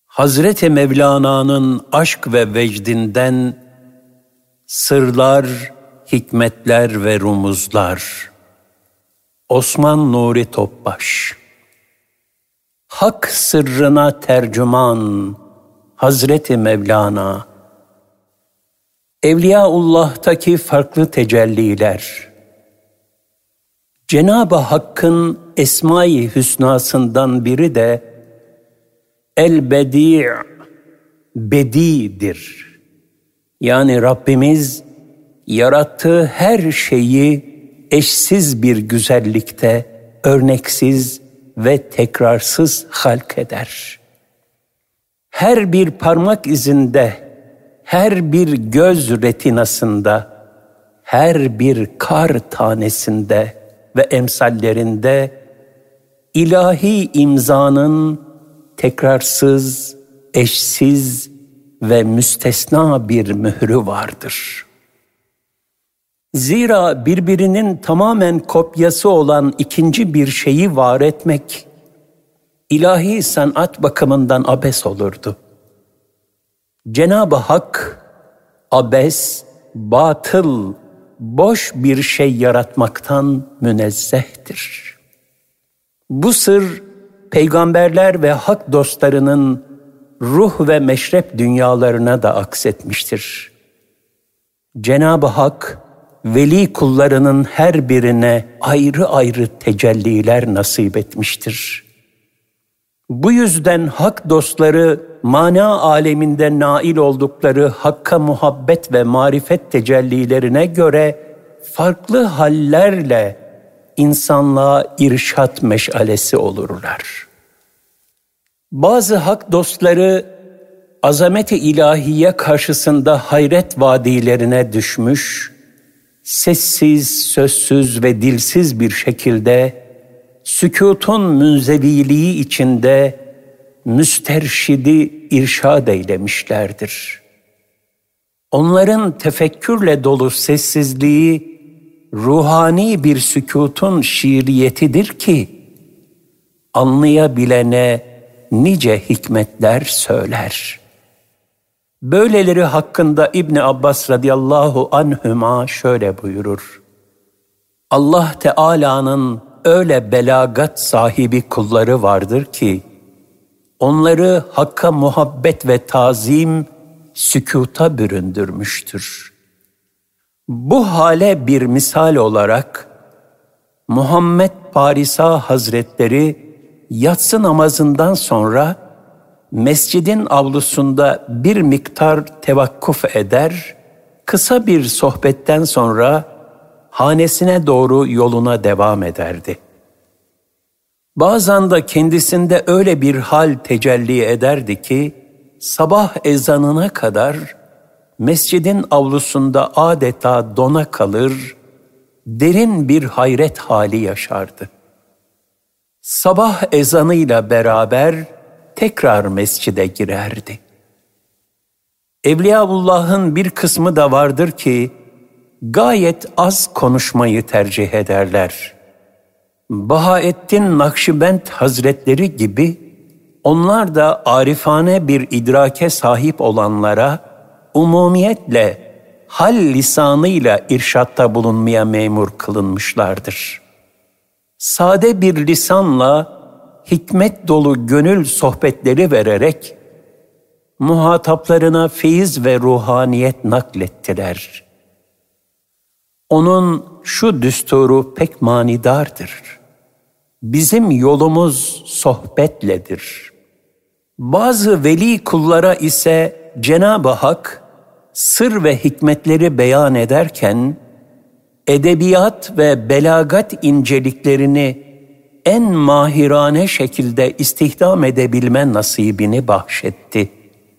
Hazreti Mevlana'nın aşk ve vecdinden sırlar, hikmetler ve rumuzlar. Osman Nuri Topbaş. Hak sırrına tercüman Hazreti Mevlana. Evliyaullah'taki farklı tecelliler. Cenab-ı Hakk'ın Esma-i Hüsnasından biri de El-Bedi' Bedi'dir. Yani Rabbimiz yarattığı her şeyi eşsiz bir güzellikte, örneksiz ve tekrarsız halk eder. Her bir parmak izinde, her bir göz retinasında, her bir kar tanesinde ve emsallerinde ilahi imzanın tekrarsız, eşsiz ve müstesna bir mührü vardır. Zira birbirinin tamamen kopyası olan ikinci bir şeyi var etmek, ilahi sanat bakımından abes olurdu. Cenab-ı Hak, abes, batıl, boş bir şey yaratmaktan münezzehtir. Bu sır, peygamberler ve hak dostlarının ruh ve meşrep dünyalarına da aksetmiştir. Cenab-ı Hak, veli kullarının her birine ayrı ayrı tecelliler nasip etmiştir. Bu yüzden hak dostları, mana aleminde nail oldukları Hakk'a muhabbet ve marifet tecellilerine göre farklı hallerle insanlığa irşat meşalesi olurlar. Bazı hak dostları azamet-i ilahiye karşısında hayret vadilerine düşmüş, sessiz, sözsüz ve dilsiz bir şekilde sükûtun münzeviliği içinde müsterşidi irşad eylemişlerdir. Onların tefekkürle dolu sessizliği ruhani bir sükûtun şiiriyetidir ki anlayabilene nice hikmetler söyler. Böyleleri hakkında İbn Abbas radıyallahu anhüma şöyle buyurur: Allah Teala'nın öyle belagat sahibi kulları vardır ki, onları Hakk'a muhabbet ve tazim, sükûta büründürmüştür. Bu hale bir misal olarak, Muhammed Parisa Hazretleri, yatsı namazından sonra, mescidin avlusunda bir miktar tevakkuf eder, kısa bir sohbetten sonra hanesine doğru yoluna devam ederdi. Bazen de kendisinde öyle bir hal tecelli ederdi ki, sabah ezanına kadar mescidin avlusunda adeta dona kalır, derin bir hayret hali yaşardı. Sabah ezanıyla beraber tekrar mescide girerdi. Evliyaullah'ın bir kısmı da vardır ki, gayet az konuşmayı tercih ederler. Bahaettin Nakşibend Hazretleri gibi, onlar da arifane bir idrake sahip olanlara, umumiyetle hal lisanıyla irşatta bulunmaya memur kılınmışlardır. Sade bir lisanla, hikmet dolu gönül sohbetleri vererek, muhataplarına feyiz ve ruhaniyet naklettiler. Onun şu düsturu pek manidardır: bizim yolumuz sohbetledir. Bazı veli kullara ise Cenab-ı Hak, sır ve hikmetleri beyan ederken, edebiyat ve belagat inceliklerini en mahirane şekilde istihdam edebilme nasibini bahşetti.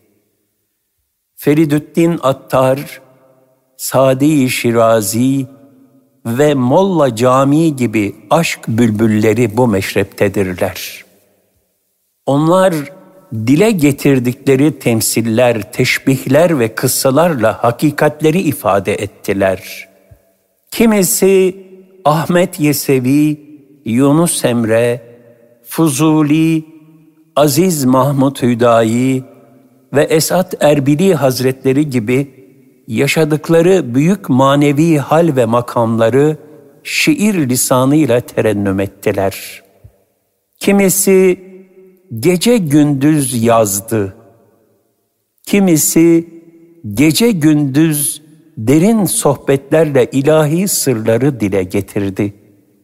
Feridüddin Attar, Sadi-i Şirazi ve Molla Camii gibi aşk bülbülleri bu meşreptedirler. Onlar dile getirdikleri temsiller, teşbihler ve kıssalarla hakikatleri ifade ettiler. Kimisi Ahmet Yesevi, Yunus Emre, Fuzuli, Aziz Mahmud Hüdayi ve Esat Erbili Hazretleri gibi yaşadıkları büyük manevi hal ve makamları şiir lisanıyla terennüm ettiler. Kimisi gece gündüz yazdı, kimisi gece gündüz derin sohbetlerle ilahi sırları dile getirdi.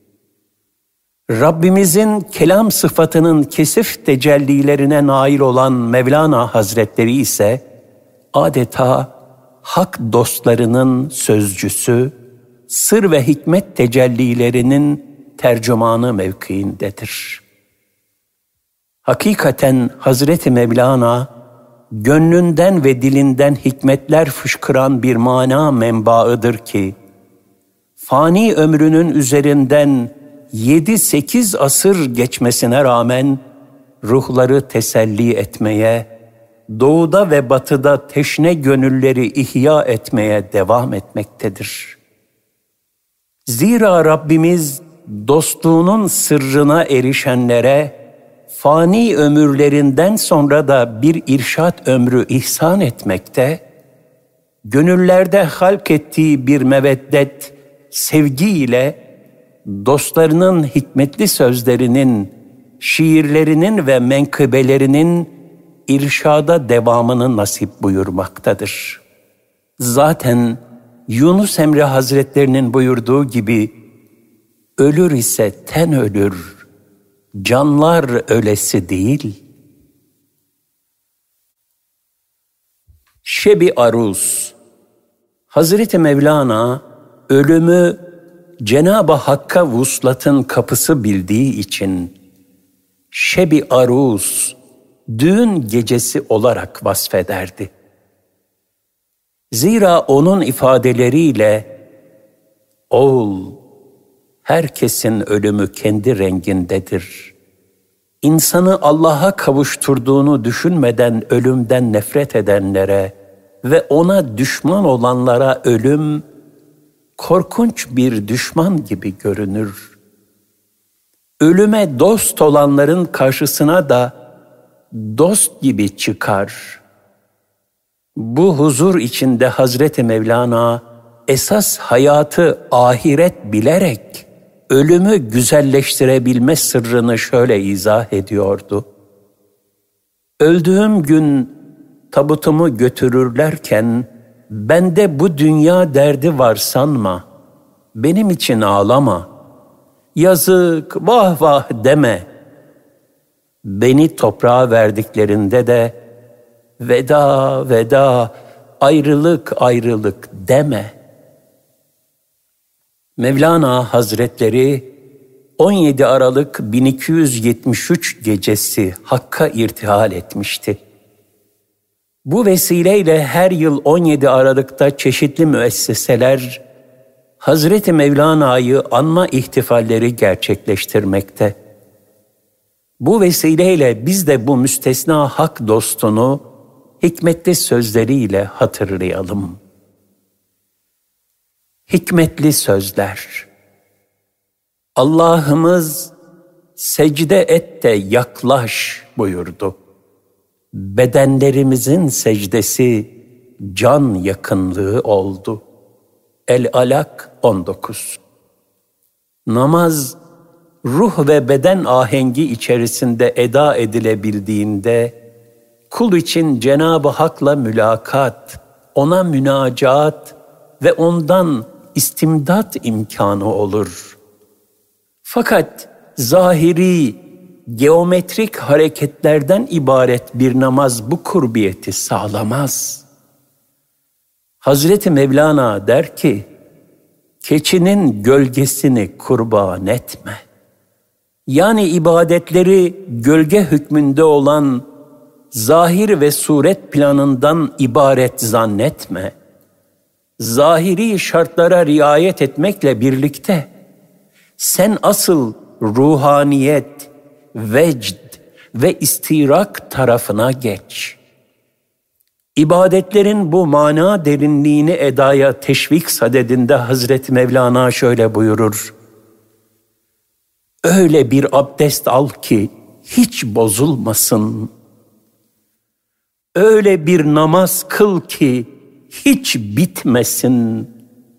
Rabbimizin kelam sıfatının kesif tecellilerine nail olan Mevlana Hazretleri ise adeta hak dostlarının sözcüsü, sır ve hikmet tecellilerinin tercümanı mevkiindedir. Hakikaten Hazreti Mevlana, gönlünden ve dilinden hikmetler fışkıran bir mana menbaıdır ki, fani ömrünün üzerinden 7-8 asır geçmesine rağmen ruhları teselli etmeye, doğuda ve batıda teşne gönülleri ihya etmeye devam etmektedir. Zira Rabbimiz dostluğunun sırrına erişenlere fani ömürlerinden sonra da bir irşat ömrü ihsan etmekte, gönüllerde halk ettiği bir meveddet, sevgi ile dostlarının hikmetli sözlerinin, şiirlerinin ve menkıbelerinin irşada devamını nasip buyurmaktadır. Zaten Yunus Emre Hazretlerinin buyurduğu gibi, ölür ise ten ölür, canlar ölesi değil. Şebi Aruz, Hazreti Mevlana ölümü Cenab-ı Hakk'a vuslatın kapısı bildiği için Şebi Aruz, düğün gecesi olarak vasfederdi. Zira onun ifadeleriyle, oğul, herkesin ölümü kendi rengindedir. İnsanı Allah'a kavuşturduğunu düşünmeden ölümden nefret edenlere ve ona düşman olanlara ölüm, korkunç bir düşman gibi görünür. Ölüme dost olanların karşısına da dost gibi çıkar. Bu huzur içinde Hazreti Mevlana, esas hayatı ahiret bilerek, ölümü güzelleştirebilme sırrını şöyle izah ediyordu. Öldüğüm gün tabutumu götürürlerken, bende bu dünya derdi var sanma, benim için ağlama, yazık vah vah deme. Beni toprağa verdiklerinde de veda veda, ayrılık ayrılık deme. Mevlana Hazretleri 17 Aralık 1273 gecesi Hakk'a irtihal etmişti. Bu vesileyle her yıl 17 Aralık'ta çeşitli müesseseler Hazreti Mevlana'yı anma ihtifalleri gerçekleştirmekte. Bu vesileyle biz de bu müstesna hak dostunu hikmetli sözleriyle hatırlayalım. Hikmetli sözler. Allah'ımız secde et de yaklaş buyurdu. Bedenlerimizin secdesi can yakınlığı oldu. El-Alak 19. Namaz, ruh ve beden ahengi içerisinde eda edilebildiğinde, kul için Cenab-ı Hak'la mülakat, ona münacat ve ondan istimdat imkanı olur. Fakat zahiri, geometrik hareketlerden ibaret bir namaz bu kurbiyeti sağlamaz. Hazreti Mevlana der ki, keçinin gölgesini kurban etme. Yani ibadetleri gölge hükmünde olan zahir ve suret planından ibaret zannetme. Zahiri şartlara riayet etmekle birlikte sen asıl ruhaniyet, vecd ve istirak tarafına geç. İbadetlerin bu mana derinliğini edaya teşvik sadedinde Hazreti Mevlana şöyle buyurur. Öyle bir abdest al ki hiç bozulmasın. Öyle bir namaz kıl ki hiç bitmesin.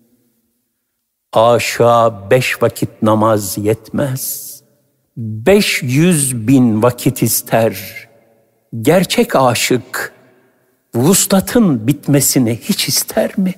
Aşağı 5 vakit namaz yetmez. 500.000 vakit ister. Gerçek aşık vuslatın bitmesini hiç ister mi?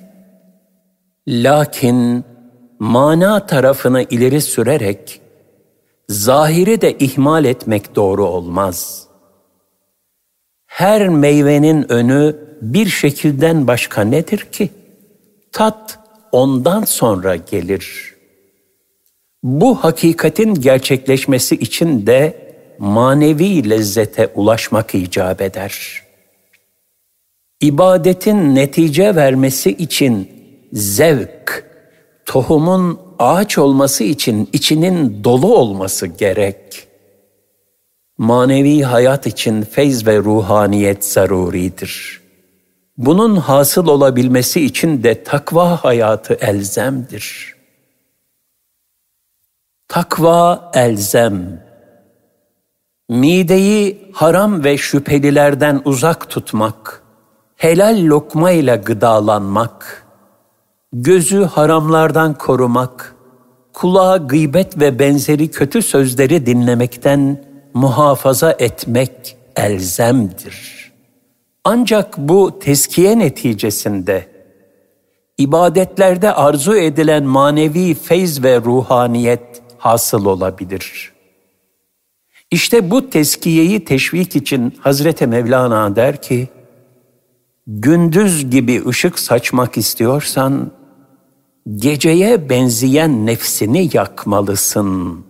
Lakin mana tarafını ileri sürerek zahiri de ihmal etmek doğru olmaz. Her meyvenin önü bir şekilden başka nedir ki? Tat ondan sonra gelir. Bu hakikatin gerçekleşmesi için de manevi lezzete ulaşmak icap eder. İbadetin netice vermesi için zevk, tohumun ağaç olması için içinin dolu olması gerek. Manevi hayat için feyz ve ruhaniyet zaruridir. Bunun hasıl olabilmesi için de takva hayatı elzemdir. Takva elzem. Mideyi haram ve şüphelilerden uzak tutmak, helal lokmayla gıdalanmak, gözü haramlardan korumak, kulağa gıybet ve benzeri kötü sözleri dinlemekten muhafaza etmek elzemdir. Ancak bu tezkiye neticesinde ibadetlerde arzu edilen manevi feyz ve ruhaniyet hasıl olabilir. İşte bu tezkiyeyi teşvik için Hazreti Mevlana der ki, gündüz gibi ışık saçmak istiyorsan, geceye benzeyen nefsini yakmalısın.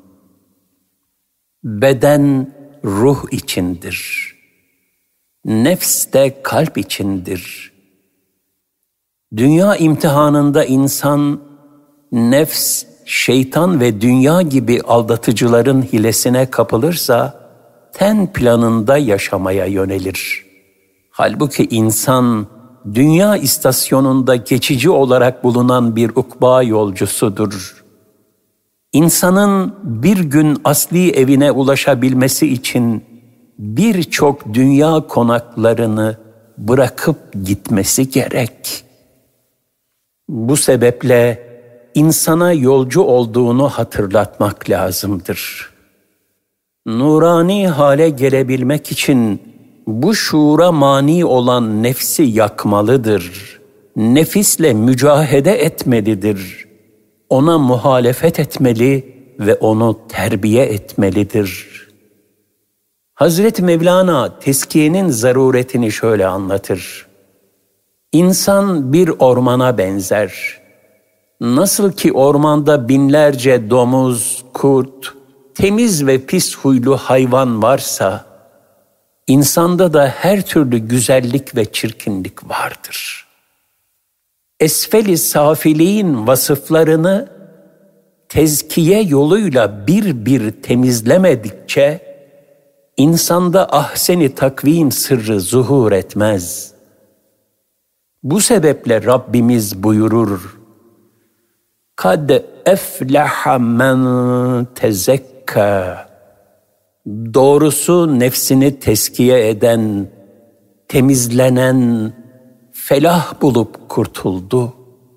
Beden ruh içindir. Nefs de kalp içindir. Dünya imtihanında insan, nefs, şeytan ve dünya gibi aldatıcıların hilesine kapılırsa, ten planında yaşamaya yönelir. Halbuki insan, dünya istasyonunda geçici olarak bulunan bir ukba yolcusudur. İnsanın bir gün asli evine ulaşabilmesi için birçok dünya konaklarını bırakıp gitmesi gerek. Bu sebeple insana yolcu olduğunu hatırlatmak lazımdır. Nurani hale gelebilmek için bu şuura mani olan nefsi yakmalıdır. Nefisle mücahede etmelidir. Ona muhalefet etmeli ve onu terbiye etmelidir. Hazreti Mevlana tezkiyenin zaruretini şöyle anlatır. İnsan bir ormana benzer. Nasıl ki ormanda binlerce domuz, kurt, temiz ve pis huylu hayvan varsa, insanda da her türlü güzellik ve çirkinlik vardır. Esfel-i safiliğin vasıflarını tezkiye yoluyla bir bir temizlemedikçe, insanda ahsen-i takvim sırrı zuhur etmez. Bu sebeple Rabbimiz buyurur, kad efleha men tezekka. Doğrusu nefsini teskiye eden, temizlenen, felah bulup kurtuldu.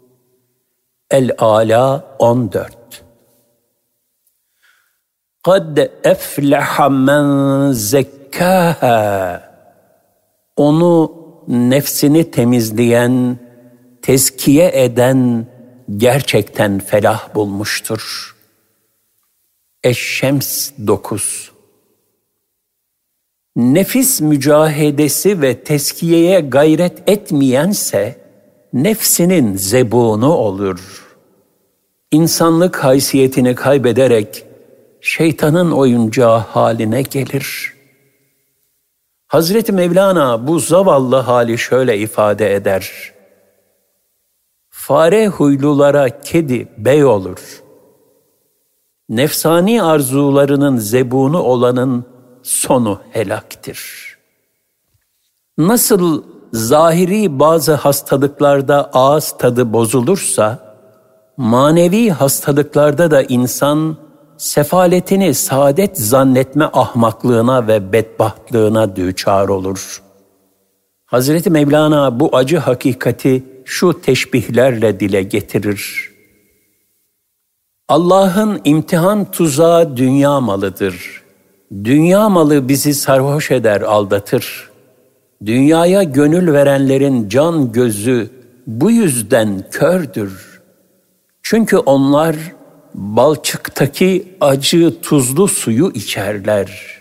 El-Ala 14. kad efleha men zekkaha. Onu nefsini temizleyen, tezkiye eden gerçekten felah bulmuştur. Eş-Şems 9. Nefis mücahedesi ve tezkiyeye gayret etmeyense nefsinin zebunu olur. İnsanlık haysiyetini kaybederek şeytanın oyuncağı haline gelir. Hazreti Mevlana bu zavallı hali şöyle ifade eder. Fare huylulara kedi bey olur. Nefsani arzularının zebunu olanın sonu helaktir. Nasıl zahiri bazı hastalıklarda ağız tadı bozulursa, manevi hastalıklarda da insan sefaletini saadet zannetme ahmaklığına ve bedbahtlığına düçar olur. Hazreti Mevlana bu acı hakikati şu teşbihlerle dile getirir. Allah'ın imtihan tuzağı dünya malıdır. Dünya malı bizi sarhoş eder, aldatır. Dünyaya gönül verenlerin can gözü bu yüzden kördür. Çünkü onlar balçıktaki acı tuzlu suyu içerler.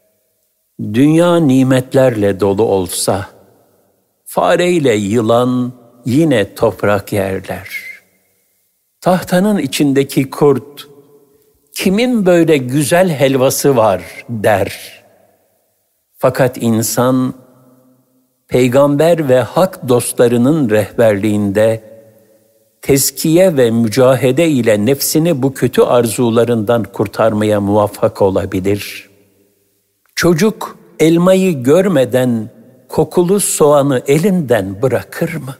Dünya nimetlerle dolu olsa, fareyle yılan yine toprak yerler. Tahtanın içindeki kurt, kimin böyle güzel helvası var der. Fakat insan, peygamber ve hak dostlarının rehberliğinde, tezkiye ve mücahede ile nefsini bu kötü arzularından kurtarmaya muvaffak olabilir. Çocuk elmayı görmeden kokulu soğanı elinden bırakır mı?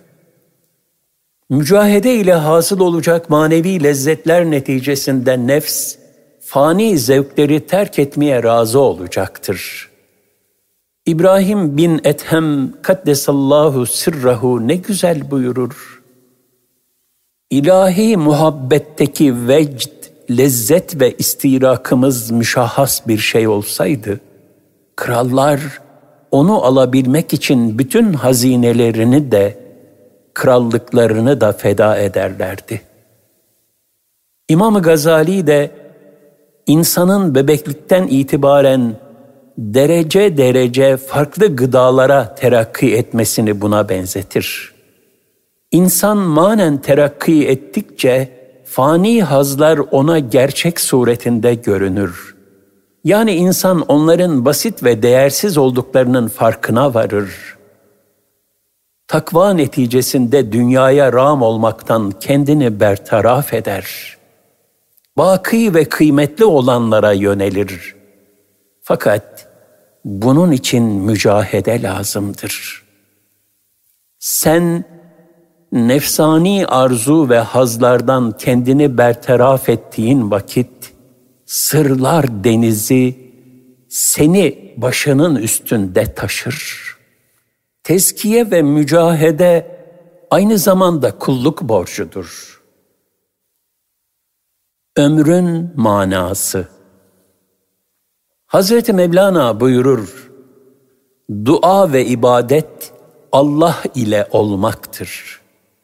Mücahede ile hasıl olacak manevi lezzetler neticesinde nefs, fani zevkleri terk etmeye razı olacaktır. İbrahim bin Ethem kaddesallahu sirrahu ne güzel buyurur. İlahi muhabbetteki vecd, lezzet ve istirakımız müşahhas bir şey olsaydı, krallar onu alabilmek için bütün hazinelerini de, krallıklarını da feda ederlerdi. İmam-ı Gazali de insanın bebeklikten itibaren derece derece farklı gıdalara terakki etmesini buna benzetir. İnsan manen terakki ettikçe fani hazlar ona gerçek suretinde görünür. Yani insan onların basit ve değersiz olduklarının farkına varır. Takva neticesinde dünyaya rağm olmaktan kendini bertaraf eder. Baki ve kıymetli olanlara yönelir. Fakat bunun için mücahede lazımdır. Sen nefsani arzu ve hazlardan kendini bertaraf ettiğin vakit, sırlar denizi seni başının üstünde taşır. Tezkiye ve mücahede aynı zamanda kulluk borcudur. Ömrün manası. Hazreti Mevlana buyurur, dua ve ibadet Allah ile olmaktır.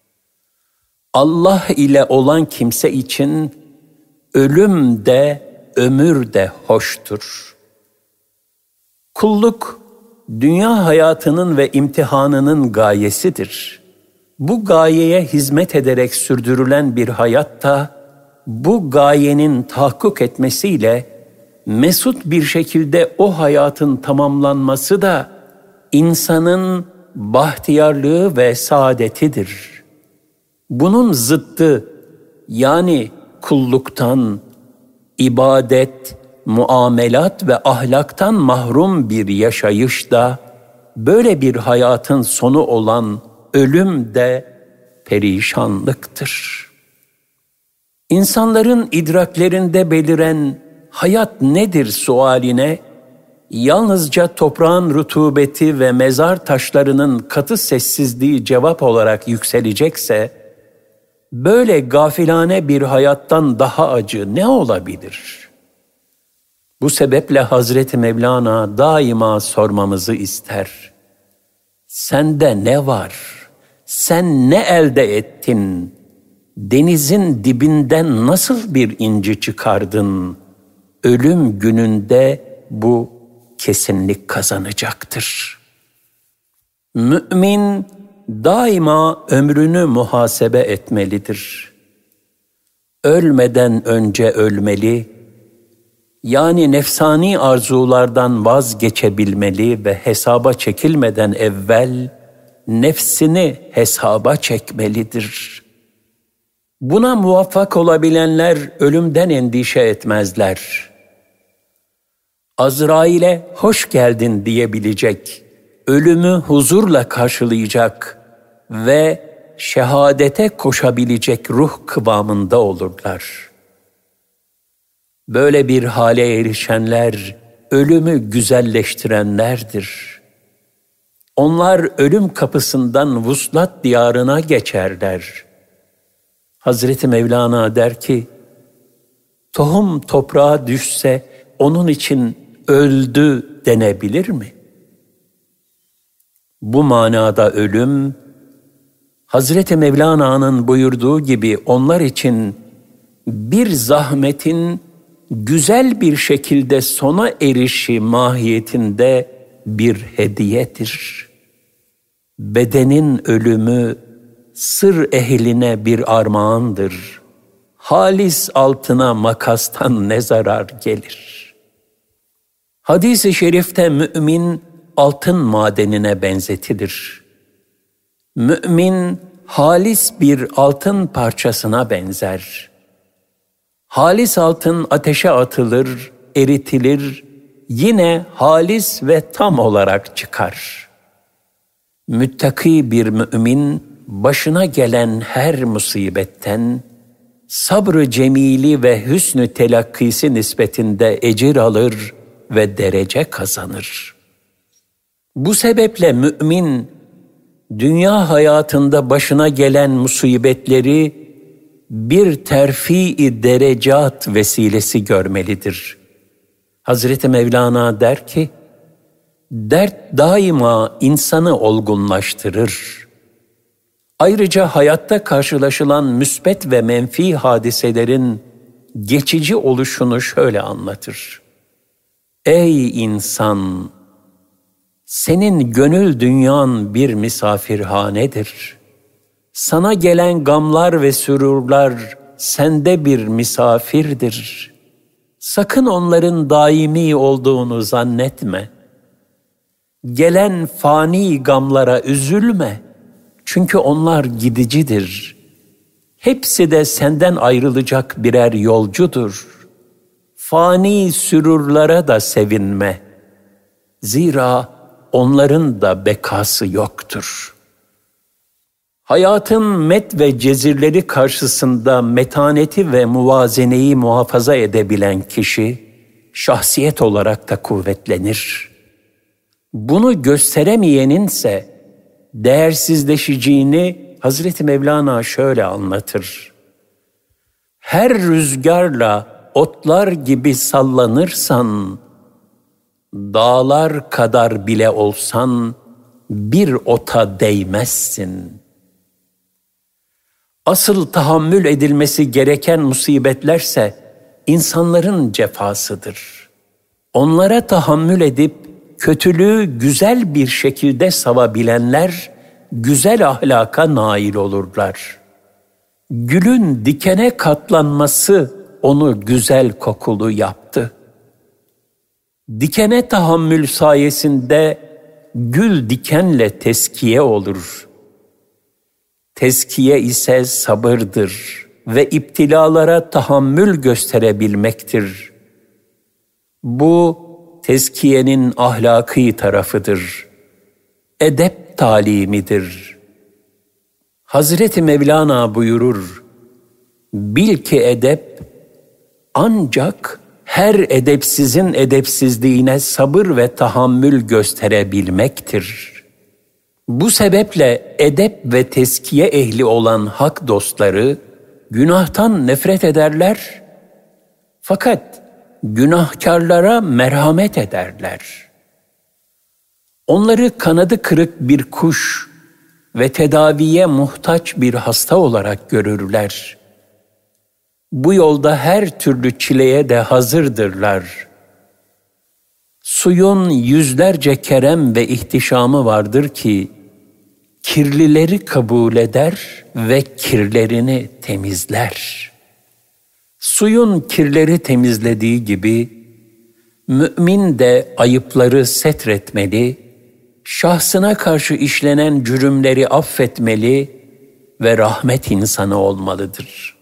Allah ile olan kimse için ölüm de ömür de hoştur. Kulluk, dünya hayatının ve imtihanının gayesidir. Bu gayeye hizmet ederek sürdürülen bir hayat da, bu gayenin tahakkuk etmesiyle mesut bir şekilde o hayatın tamamlanması da insanın bahtiyarlığı ve saadetidir. Bunun zıttı, yani kulluktan, ibadet, muamelat ve ahlaktan mahrum bir yaşayış da, böyle bir hayatın sonu olan ölüm de perişanlıktır. İnsanların idraklerinde beliren hayat nedir sualine, yalnızca toprağın rutubeti ve mezar taşlarının katı sessizliği cevap olarak yükselecekse, böyle gafilane bir hayattan daha acı ne olabilir? Bu sebeple Hazreti Mevlana daima sormamızı ister. Sende ne var? Sen ne elde ettin? Denizin dibinden nasıl bir inci çıkardın? Ölüm gününde bu kesinlik kazanacaktır. Mümin daima ömrünü muhasebe etmelidir. Ölmeden önce ölmeli, yani nefsani arzulardan vazgeçebilmeli ve hesaba çekilmeden evvel nefsini hesaba çekmelidir. Buna muvaffak olabilenler ölümden endişe etmezler. Azrail'e hoş geldin diyebilecek, ölümü huzurla karşılayacak ve şehadete koşabilecek ruh kıvamında olurlar. Böyle bir hale erişenler, ölümü güzelleştirenlerdir. Onlar ölüm kapısından vuslat diyarına geçerler. Hazreti Mevlana der ki, tohum toprağa düşse onun için öldü denebilir mi? Bu manada ölüm, Hazreti Mevlana'nın buyurduğu gibi onlar için bir zahmetin güzel bir şekilde sona erişi mahiyetinde bir hediyedir. Bedenin ölümü sır ehline bir armağandır. Halis altına makastan ne zarar gelir? Hadis-i şerifte mümin altın madenine benzetilir. Mümin halis bir altın parçasına benzer. Halis altın ateşe atılır, eritilir, yine halis ve tam olarak çıkar. Müttaki bir mümin başına gelen her musibetten sabrı cemili ve hüsnü telakkisi nispetinde ecir alır ve derece kazanır. Bu sebeple mümin dünya hayatında başına gelen musibetleri bir terfi-i derecat vesilesi görmelidir. Hazreti Mevlana der ki, dert daima insanı olgunlaştırır. Ayrıca hayatta karşılaşılan müsbet ve menfi hadiselerin geçici oluşunu şöyle anlatır. Ey insan! Senin gönül dünyan bir misafirhanedir. Sana gelen gamlar ve sürurlar sende bir misafirdir. Sakın onların daimi olduğunu zannetme. Gelen fani gamlara üzülme. Çünkü onlar gidicidir. Hepsi de senden ayrılacak birer yolcudur. Fani sürurlara da sevinme. Zira onların da bekası yoktur. Hayatın met ve cezirleri karşısında metaneti ve muvazeneyi muhafaza edebilen kişi, şahsiyet olarak da kuvvetlenir. Bunu gösteremeyeninse değersizleşeceğini Hazreti Mevlana şöyle anlatır. Her rüzgarla otlar gibi sallanırsan, dağlar kadar bile olsan bir ota değmezsin. Asıl tahammül edilmesi gereken musibetlerse insanların cefasıdır. Onlara tahammül edip kötülüğü güzel bir şekilde savabilenler güzel ahlaka nail olurlar. Gülün dikene katlanması onu güzel kokulu yaptı. Dikene tahammül sayesinde gül dikenle teskiye olur. Teskiye ise sabırdır ve iptilalara tahammül gösterebilmektir. Bu teskiyenin ahlaki tarafıdır. Edep talimidir. Hazreti Mevlana buyurur, bil ki edep ancak her edepsizin edepsizliğine sabır ve tahammül gösterebilmektir. Bu sebeple edep ve teskiye ehli olan hak dostları günahtan nefret ederler, fakat günahkarlara merhamet ederler. Onları kanadı kırık bir kuş ve tedaviye muhtaç bir hasta olarak görürler. Bu yolda her türlü çileye de hazırdırlar. Suyun yüzlerce kerem ve ihtişamı vardır ki, kirlileri kabul eder ve kirlerini temizler. Suyun kirleri temizlediği gibi, mümin de ayıpları setretmeli, şahsına karşı işlenen cürümleri affetmeli ve rahmet insanı olmalıdır.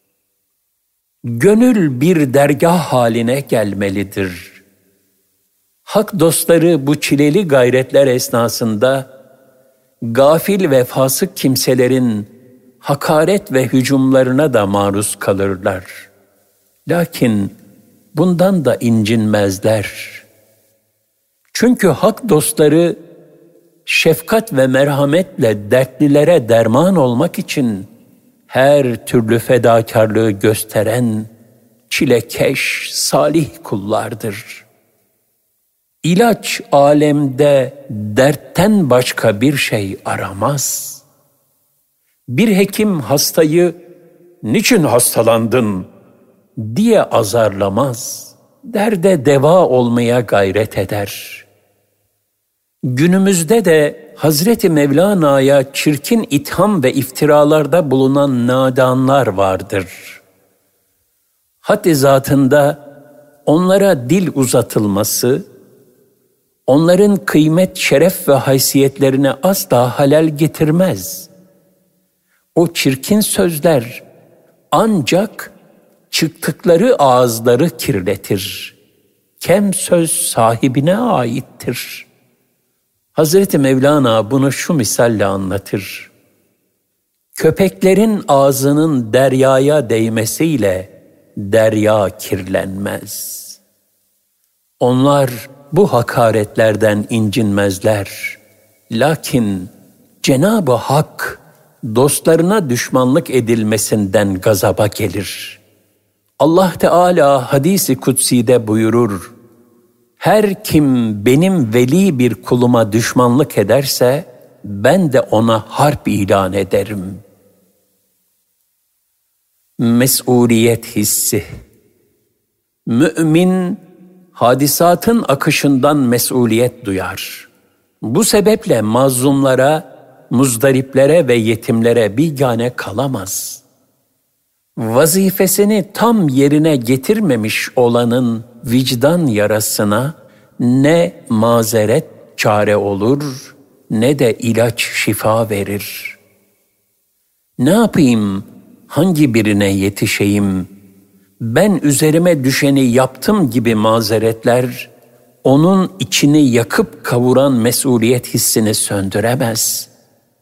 Gönül bir dergah haline gelmelidir. Hak dostları bu çileli gayretler esnasında gafil ve fasık kimselerin hakaret ve hücumlarına da maruz kalırlar. Lakin bundan da incinmezler. Çünkü hak dostları şefkat ve merhametle dertlilere derman olmak için her türlü fedakarlığı gösteren çilekeş, salih kullardır. İlaç alemde dertten başka bir şey aramaz. Bir hekim hastayı "Niçin hastalandın?" diye azarlamaz. Derde deva olmaya gayret eder. Günümüzde de Hazreti Mevlana'ya çirkin itham ve iftiralarda bulunan nadanlar vardır. Haddi zatında onlara dil uzatılması, onların kıymet, şeref ve haysiyetlerine asla halel getirmez. O çirkin sözler ancak çıktıkları ağızları kirletir. Kem söz sahibine aittir. Hazreti Mevlana bunu şu misalle anlatır. Köpeklerin ağzının deryaya değmesiyle derya kirlenmez. Onlar bu hakaretlerden incinmezler. Lakin Cenab-ı Hak dostlarına düşmanlık edilmesinden gazaba gelir. Allah Teala hadis-i kutsi'de buyurur: "Her kim benim veli bir kuluma düşmanlık ederse, ben de ona harp ilan ederim." Mesuliyet hissi. Mümin, hadisatın akışından mesuliyet duyar. Bu sebeple mazlumlara, muzdariplere ve yetimlere bigane kalamaz. Vazifesini tam yerine getirmemiş olanın vicdan yarasına ne mazeret çare olur, ne de ilaç şifa verir. Ne yapayım, hangi birine yetişeyim, ben üzerime düşeni yaptım gibi mazeretler, onun içini yakıp kavuran mesuliyet hissini söndüremez.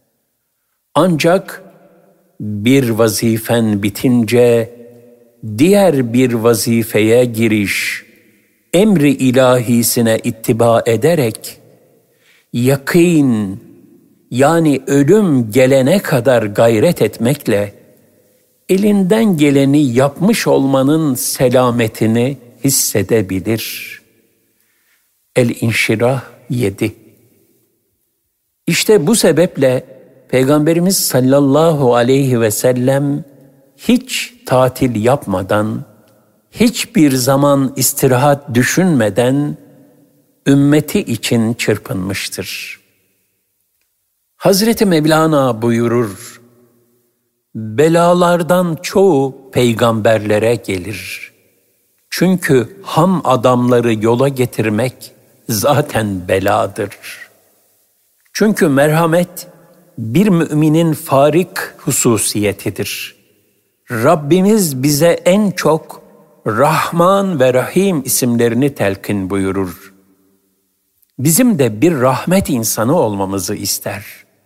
Ancak bir vazifen bitince diğer bir vazifeye giriş, emri ilahisine ittiba ederek, yakîn yani ölüm gelene kadar gayret etmekle, elinden geleni yapmış olmanın selametini hissedebilir. El-İnşirah 7. İşte bu sebeple Peygamberimiz sallallahu aleyhi ve sellem hiç tatil yapmadan, hiçbir zaman istirahat düşünmeden ümmeti için çırpınmıştır. Hazreti Mevlana buyurur: "Belalardan çoğu peygamberlere gelir. Çünkü ham adamları yola getirmek zaten beladır. Çünkü merhamet bir müminin farik hususiyetidir. Rabbimiz bize en çok Rahman ve Rahim isimlerini telkin buyurur. Bizim de bir rahmet insanı olmamızı ister.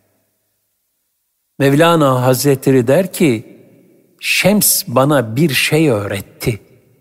Mevlana Hazretleri der ki, Şems bana bir şey öğretti.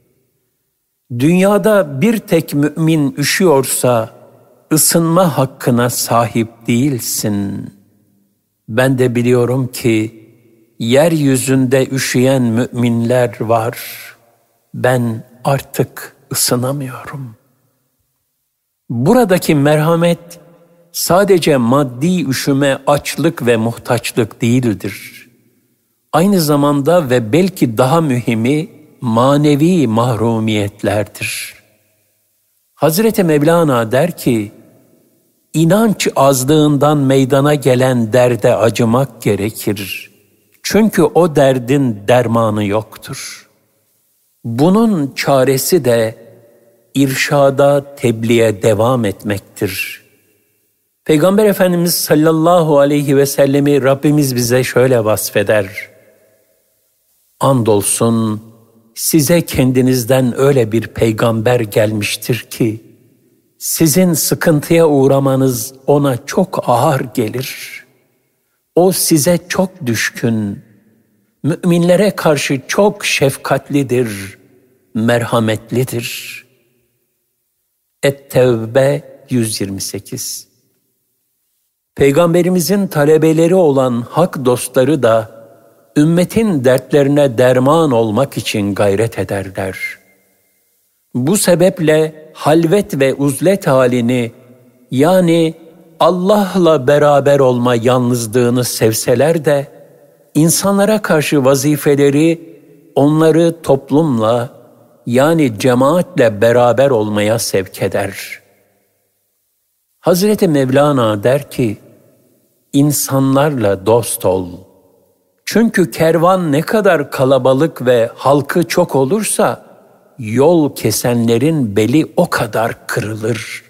Dünyada bir tek mümin üşüyorsa ısınma hakkına sahip değilsin. Ben de biliyorum ki yeryüzünde üşüyen müminler var. Ben artık ısınamıyorum." Buradaki merhamet sadece maddi üşüme, açlık ve muhtaçlık değildir. Aynı zamanda ve belki daha mühimi manevi mahrumiyetlerdir. Hazreti Mevlana der ki, İnanç azlığından meydana gelen derde acımak gerekir. Çünkü o derdin dermanı yoktur. Bunun çaresi de irşada, tebliğe devam etmektir. Peygamber Efendimiz sallallahu aleyhi ve sellemi Rabbimiz bize şöyle vasfeder: "Andolsun size kendinizden öyle bir peygamber gelmiştir ki, sizin sıkıntıya uğramanız ona çok ağır gelir. O size çok düşkün, müminlere karşı çok şefkatlidir. merhametlidir. Et-Tevbe 128. Peygamberimizin talebeleri olan hak dostları da ümmetin dertlerine derman olmak için gayret ederler. Bu sebeple halvet ve uzlet halini, yani Allah'la beraber olma yalnızlığını sevseler de, insanlara karşı vazifeleri onları toplumla, yani cemaatle beraber olmaya sevk eder. Hazreti Mevlana der ki, insanlarla dost ol. Çünkü kervan ne kadar kalabalık ve halkı çok olursa, yol kesenlerin beli o kadar kırılır.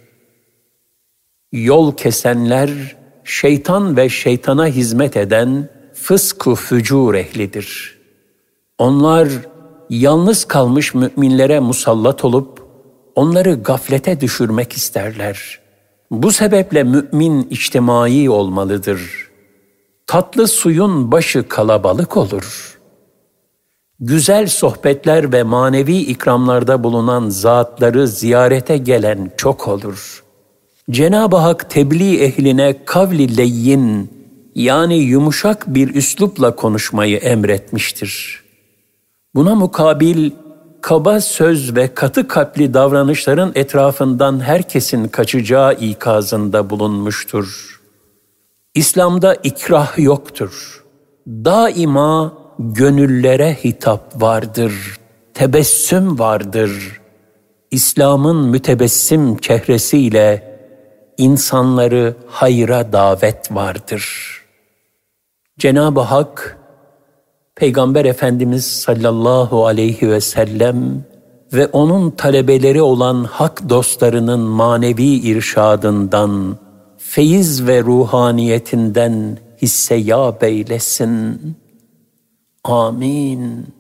Yol kesenler, şeytan ve şeytana hizmet eden fısk-ı fücur ehlidir. Onlar, yalnız kalmış müminlere musallat olup, onları gaflete düşürmek isterler. Bu sebeple mümin içtimai olmalıdır. Tatlı suyun başı kalabalık olur. Güzel sohbetler ve manevi ikramlarda bulunan zatları ziyarete gelen çok olur. Cenab-ı Hak tebliğ ehline kavli leyyin, yani yumuşak bir üslupla konuşmayı emretmiştir. Buna mukabil, kaba söz ve katı kalpli davranışların etrafından herkesin kaçacağı ikazında bulunmuştur. İslam'da ikrah yoktur. Daima gönüllere hitap vardır, tebessüm vardır. İslam'ın mütebessim çehresiyle insanları hayra davet vardır. Cenab-ı Hak, Peygamber Efendimiz sallallahu aleyhi ve sellem ve onun talebeleri olan hak dostlarının manevi irşadından, feyiz ve ruhaniyetinden hisseyab eylesin. Amin.